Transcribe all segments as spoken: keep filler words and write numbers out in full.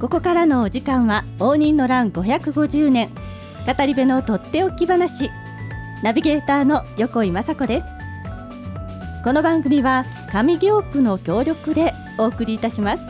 ここからのお時間は応仁の乱ごひゃくごじゅうねん語り部のとっておき話、ナビゲーターの横井雅子です。この番組は上京区の協力でお送りいたします。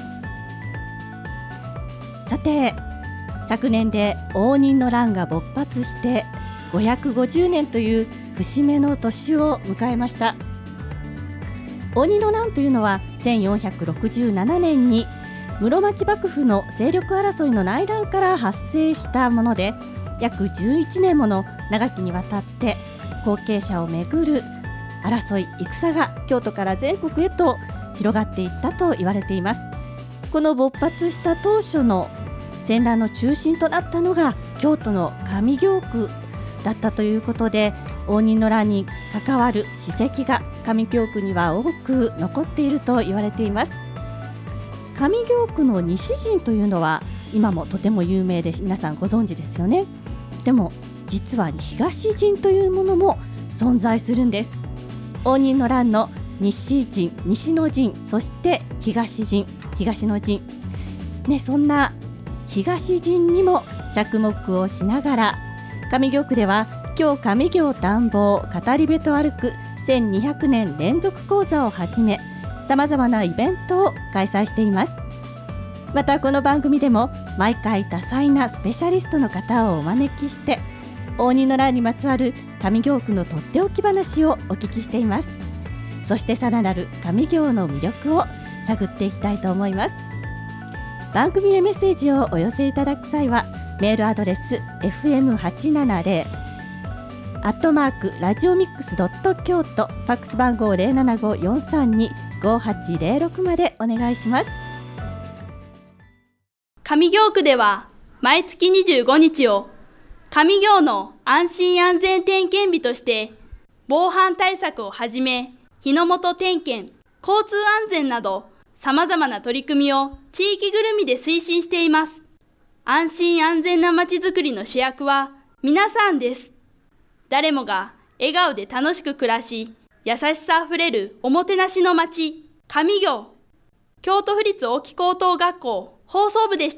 さて、昨年で応仁の乱が勃発してごひゃくごじゅうねんという節目の年を迎えました。応仁の乱というのはせんよんひゃくろくじゅうななねんに室町幕府の勢力争いの内乱から発生したもので、約じゅういちねんもの長きにわたって後継者をめぐる争い、戦が京都から全国へと広がっていったと言われています。この勃発した当初の戦乱の中心となったのが京都の上京区だったということで、応仁の乱に関わる史跡が上京区には多く残っていると言われています。上京区の西陣というのは今もとても有名で皆さんご存知ですよね。でも実は東陣というものも存在するんです。応仁の乱の西陣、西の陣、そして東陣、東の陣、ね、そんな東陣にも着目をしながら、上京区では今日上京探訪語り部と歩くせんにひゃくねん連続講座をはじめ、さまざまなイベントを開催しています。またこの番組でも毎回多彩なスペシャリストの方をお招きして、応仁の乱にまつわる上京区のとっておき話をお聞きしています。そしてさらなる上京の魅力を探っていきたいと思います。番組へメッセージをお寄せいただく際はメールアドレス エフエムはちななゼロ アットマークラジオミックスドット京都、ファックス番号 ゼロななごよんさんにごはちゼロろく までお願いします。 上京区では毎月にじゅうごにちを上京の安心安全点検日として防犯対策をはじめ火の元点検、交通安全など様々な取り組みを地域ぐるみで推進しています。安心安全な街づくりの主役は皆さんです。誰もが笑顔で楽しく暮らし、優しさあふれるおもてなしの街、上京。京都府立大木高等学校放送部でした。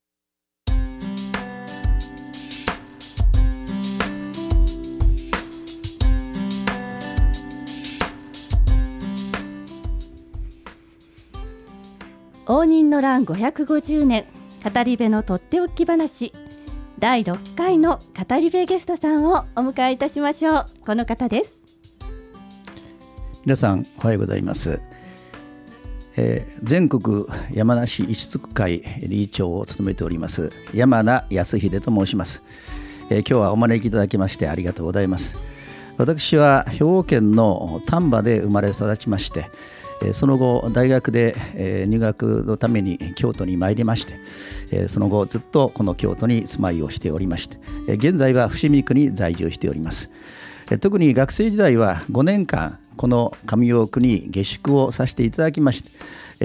応仁の乱ごひゃくごじゅうねん語り部のとっておき話、だいろっかいの語り部ゲストさんをお迎えいたしましょう。この方です。 皆さんおはようございます。えー、全国山梨一族会理事長を務めております山名康秀と申します。えー、今日はお招きいただきましてありがとうございます。私は兵庫県の丹波で生まれ育ちまして、その後大学で入学のために京都に参りまして、その後ずっとこの京都に住まいをしておりまして、現在は伏見区に在住しております。特に学生時代はごねんかんこの上京区に下宿をさせていただきまして、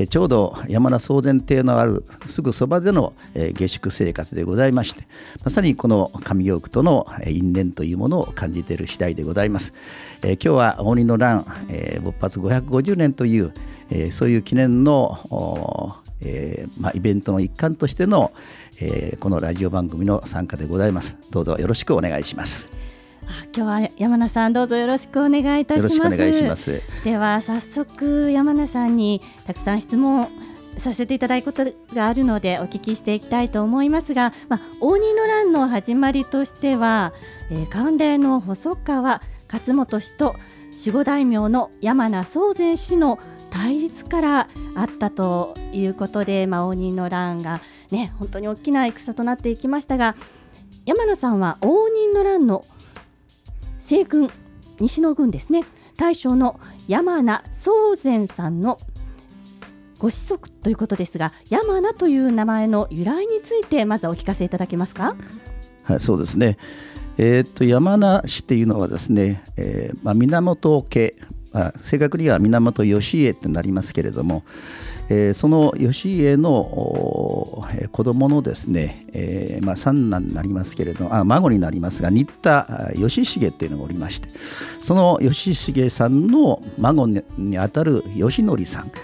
ちょうど山名宗全邸のあるすぐそばでの下宿生活でございまして、まさにこの上京区との因縁というものを感じている次第でございます。えー、今日は応仁の乱、えー、勃発ごひゃくごじゅうねんという、えー、そういう記念の、えーまあ、イベントの一環としての、えー、このラジオ番組の参加でございます。どうぞよろしくお願いします。 今日は山名さん、どうぞよろしくお願いいたします。 よろしくお願いします。 では早速山名さんにたくさん質問させていただくことがあるのでお聞きしていきたいと思いますが、まあ、応仁の乱の始まりとしては、えー、慣例の細川勝元氏と守護大名の山名宗全氏の対立からあったということで、まあ、応仁の乱が、ね、本当に大きな戦となっていきましたが、山名さんは応仁の乱の西軍、西の軍ですね、大将の山名宗全さんのご子息ということですが、山名という名前の由来についてまずお聞かせいただけますか。 はい、そうですね。えー、と山名氏っていうのはですね、えーまあ、源家、まあ、正確には源義家ってなりますけれども、えー、その義家の子供のですね、えーまあ、三男になりますけれども、あ孫になりますが、新田義重っていうのがおりまして、その義重さんの孫にあたる義則さん、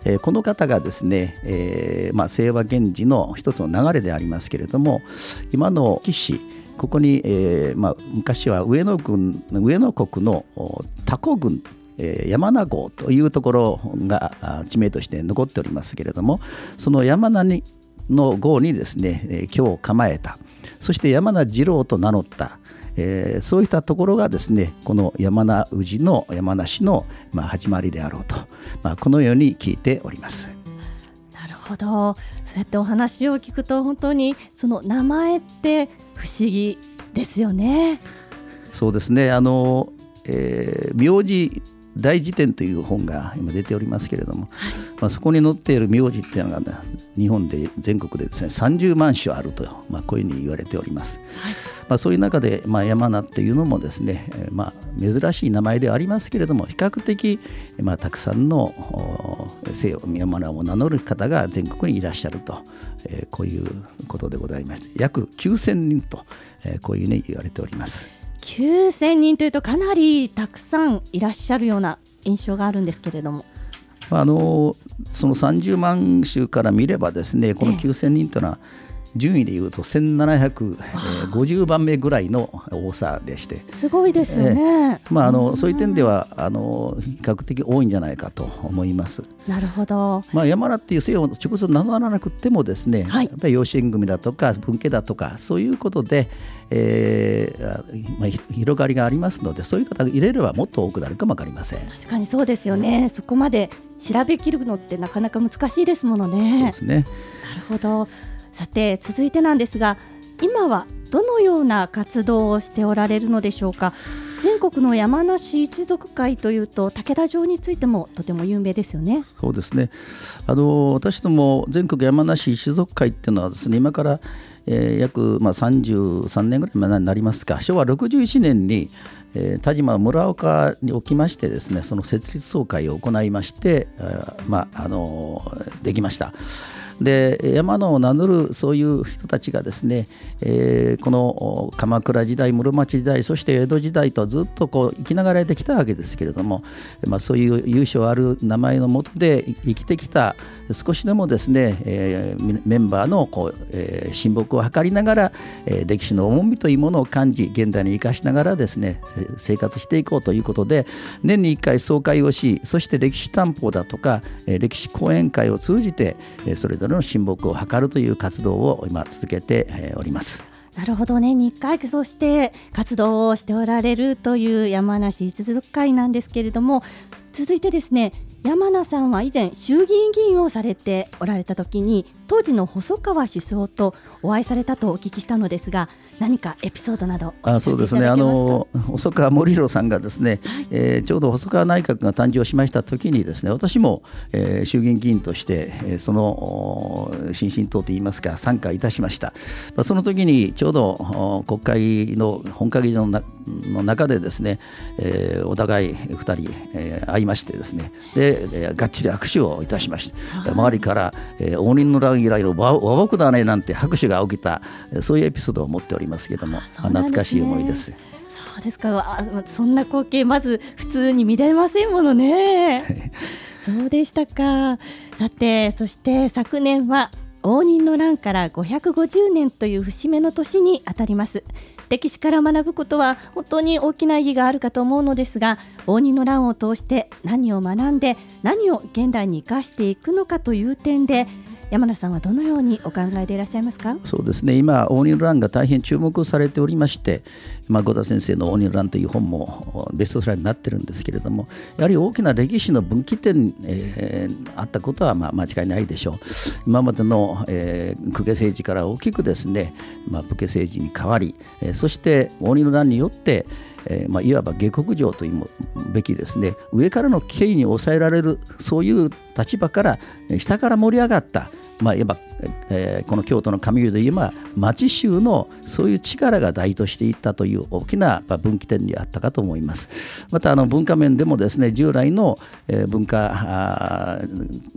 えー、この方がですね、えーまあ、清和源氏の一つの流れでありますけれども、今の紀市、ここに、えーまあ、昔は上野郡上野国の多古郡、えー、山名郷というところが地名として残っておりますけれども、その山名にの郷にですね、えー、居を構えた、そして山名次郎と名乗った、えー、そういったところがですね、この山名氏の山名氏の、まあ、始まりであろうと、まあ、このように聞いております。 なるほど。そうやってお話を聞くと本当にその名前って不思議ですよね。 そうですね、あの、えー、名字大辞典という本が今出ておりますけれども、はい、まあ、そこに載っている名字っていうのが、ね、日本で全国でですねさんじゅうまん種あると、まあ、こういうふうに言われております。はい、まあ、そういう中で、まあ、山名っていうのもですね、えーまあ、珍しい名前ではありますけれども、比較的、まあ、たくさんの姓山名を名乗る方が全国にいらっしゃると、えー、こういうことでございまして、約きゅうせんにんと、えー、こういうふうに言われております。 きゅうせんにんというとかなりたくさんいらっしゃるような印象があるんですけれども、 あのそのさんじゅうまん種から見ればですね、このきゅうせんにんというのは順位でいうとせんななひゃくごじゅうばんめぐらいの多さでして、 すごいですよね。 えーまあ、あのそういう点ではあの比較的多いんじゃないかと思います。 なるほど。 まあ、山名っていう姓を直接名乗らなくてもですね、はい、やっぱり養子縁組だとか分家だとかそういうことで、えーまあ、広がりがありますので、そういう方が入れればもっと多くなるかも分かりません。 確かにそうですよね。そこまで調べきるのってなかなか難しいですものね。 そうですね。 なるほど。さて続いてなんですが、今はどのような活動をしておられるのでしょうか。全国の山梨一族会というと竹田城についてもとても有名ですよね。 そうですね、あの私ども全国山梨一族会っていうのはですね、今から、えー、約、まあ、さんじゅうさんねんぐらい前になりますか、しょうわろくじゅういちねんに、えー、田島村岡におきましてですね、その設立総会を行いまして、あまああのできました。で、山野を名乗るそういう人たちがですね、えー、この鎌倉時代、室町時代、そして江戸時代とずっとこう生きながられてきたわけですけれども、まあ、そういう由緒ある名前のもとで生きてきた少しでもですね、えー、メンバーのこう、えー、親睦を図りながら、えー、歴史の重みというものを感じ、現代に生かしながらですね生活していこうということで、年にいっかい総会をし、そして歴史担保だとか、えー、歴史講演会を通じて、えー、それぞれの親睦を図るという活動を今続けております。 なるほどね。にかいそうして活動をしておられるという山梨一族会なんですけれども、続いてですね、山名さんは以前衆議院議員をされておられた時に当時の細川首相とお会いされたとお聞きしたのですが、何かエピソードなどお聞かせいただけますか？あ、そうですね、あの細川守弘さんがですね、はい、えー、ちょうど細川内閣が誕生しました時にですね、私も、えー、衆議院議員として、えー、その新進党といいますか参加いたしました。まあ、その時にちょうど国会の本会議のなの中でですね、えー、お互いふたり、えー、会いましてですね、で、えー、がっちり握手をいたしました。周りから、えー、応仁の乱以来の和睦だねなんて拍手が起きた、そういうエピソードを持っておりますけれども、ね、懐かしい思いです。 そうですか。そんな光景まず普通に見れませんものね。そうでしたか。さて、そして昨年は応仁の乱からごひゃくごじゅうねんという節目の年にあたります。歴史から学ぶことは本当に大きな意義があるかと思うのですが、応仁の乱を通して何を学んで何を現代に生かしていくのかという点で、山名さんはどのようにお考えでいらっしゃいますか？ そうですね、今応仁の乱が大変注目されておりまして、まあ、五田先生の応仁の乱という本もベストセラーになってるんですけれども、やはり大きな歴史の分岐点、えー、あったことはまあ間違いないでしょう。今までの、えー、公家政治から大きくですね、まあ、武家政治に変わり、えー、そして応仁の乱によってえーまあ、いわば下克上というべきですね、上からの権威に抑えられるそういう立場から下から盛り上がった、まあ、いわば、えー、この京都の上湯でいえば町衆のそういう力が台としていったという大きな分岐点にあったかと思います。またあの文化面でもですね、従来の、えー、文化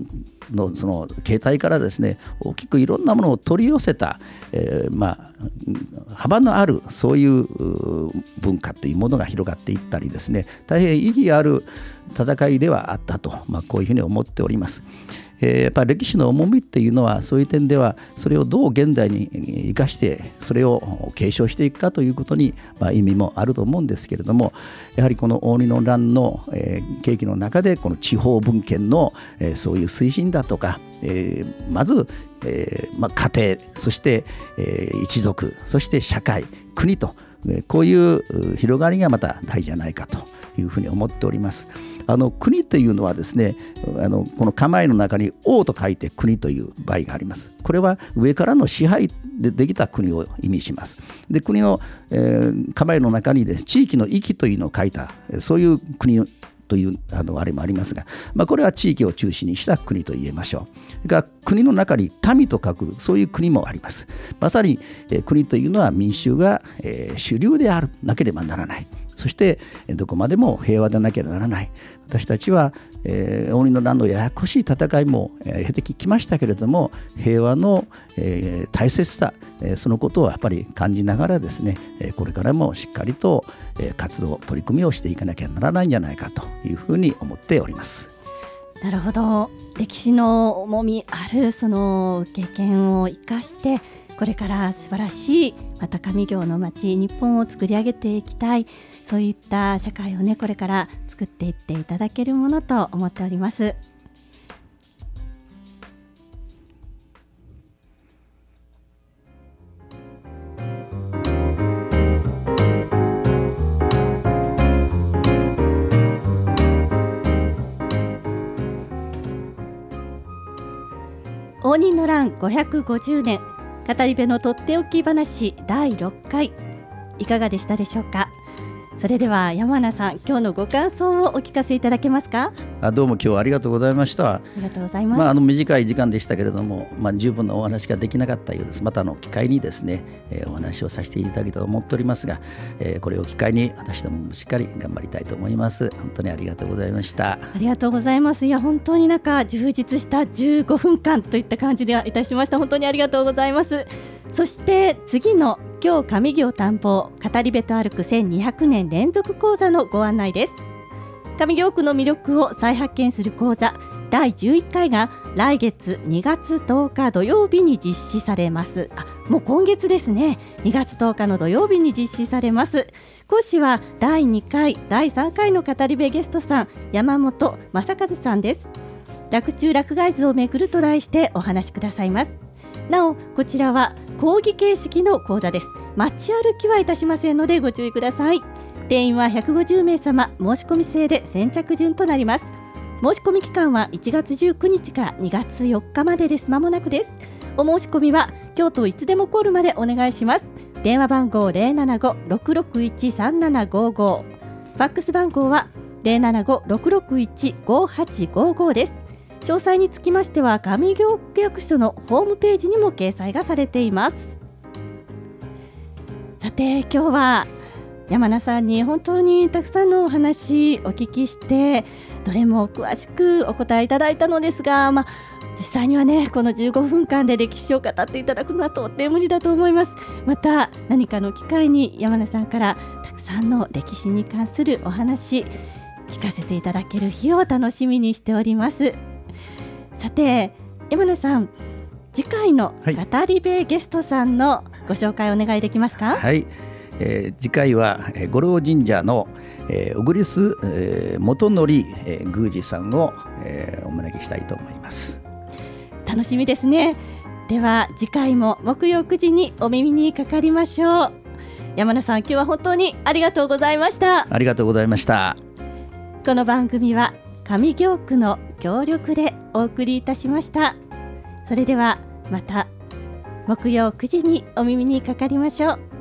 のその形態からですね、大きくいろんなものを取り寄せた、えー、まあ幅のあるそういう文化というものが広がっていったりですね、大変意義ある戦いではあったと、まあ、こういうふうに思っております。えー、やっぱり歴史の重みっていうのは、そういう点ではそれをどう現代に生かしてそれを継承していくかということに、まあ、意味もあると思うんですけれども、やはりこの応仁の乱の、えー、契機の中でこの地方分権の、えー、そういう推進だとか、えー、まず、えーまあ、家庭、そして、えー、一族、そして社会、国と、えー、こういう広がりがまた大事じゃないかというふうに思っております。あの国というのはですね、あのこの構えの中に王と書いて国という場合があります。これは上からの支配でできた国を意味します。で、国の、えー、構えの中にです、ね、地域の域というのを書いた、そういう国というあのあれもありますが、まあ、これは地域を中心にした国と言えましょう。それから国の中に民と書く、そういう国もあります。まさに、えー、国というのは民衆が、えー、主流であるなければならない。そしてどこまでも平和でなければならない。私たちは、えー、応仁の乱のややこしい戦いも、えー、経てきましたけれども、平和の、えー、大切さ、えー、そのことをやっぱり感じながらですね、えー、これからもしっかりと、えー、活動取り組みをしていかなきゃならないんじゃないかというふうに思っております。 なるほど。歴史の重みあるその経験を生かして、これから素晴らしいまた上京の町、日本を作り上げていきたい、そういった社会をね、これから作っていっていただけるものと思っております。応仁の乱ごひゃくごじゅうねん、語り部のとっておき話だいろっかい、いかがでしたでしょうか。それでは山名さん、今日のご感想をお聞かせいただけますか。 あ、どうも今日はありがとうございました。 ありがとうございます。 まあ、あの短い時間でしたけれども、まあ、十分なお話ができなかったようです。またあの機会にですね、えー、お話をさせていただきたいと思っておりますが、えー、これを機会に私どももしっかり頑張りたいと思います。本当にありがとうございました。 ありがとうございます。いや、本当になんか充実したじゅうごふんかんといった感じではいたしました。本当にありがとうございます。そして次の今日上京探訪語り部と歩くせんにひゃくねん連続講座のご案内です。上京区の魅力を再発見する講座だいじゅういっかいが来月にがつとおか土曜日に実施されます。あ、もう今月ですね。にがつとおかの土曜日に実施されます。講師はだいにかいだいさんかいの語り部ゲストさん、山本正和さんです。洛中洛外図をめぐると題してお話しくださいます。なおこちらは講義形式の講座です。街歩きはいたしませんのでご注意ください。定員はひゃくごじゅうめいさま、申し込み制で先着順となります。申し込み期間はいちがつじゅうくにちからにがつよっかまでです。間もなくです。お申し込みは京都いつでもコールまでお願いします。電話番号 ゼロななご ろくろくいち さんななごご、ファックス番号は ゼロななご ろくろくいち ごはちごご です。詳細につきましては上京区役所のホームページにも掲載がされています。さて今日は山名さんに本当にたくさんのお話お聞きして、どれも詳しくお答えいただいたのですが、まあ、実際にはねこのじゅうごふんかんで歴史を語っていただくのはとっても無理だと思います。また何かの機会に山名さんからたくさんの歴史に関するお話聞かせていただける日を楽しみにしております。さて山名さん、次回の語り部ゲストさんのご紹介お願いできますか。 はい、えー、次回は五郎神社の、えー、小栗須、えー、元則、えー、宮司さんを、えー、お招きしたいと思います。 楽しみですね。では次回も木曜くじにお耳にかかりましょう。山名さん、今日は本当にありがとうございました。 ありがとうございました。 この番組は上京区の協力でお送りいたしました。それではまた木曜くじにお耳にかかりましょう。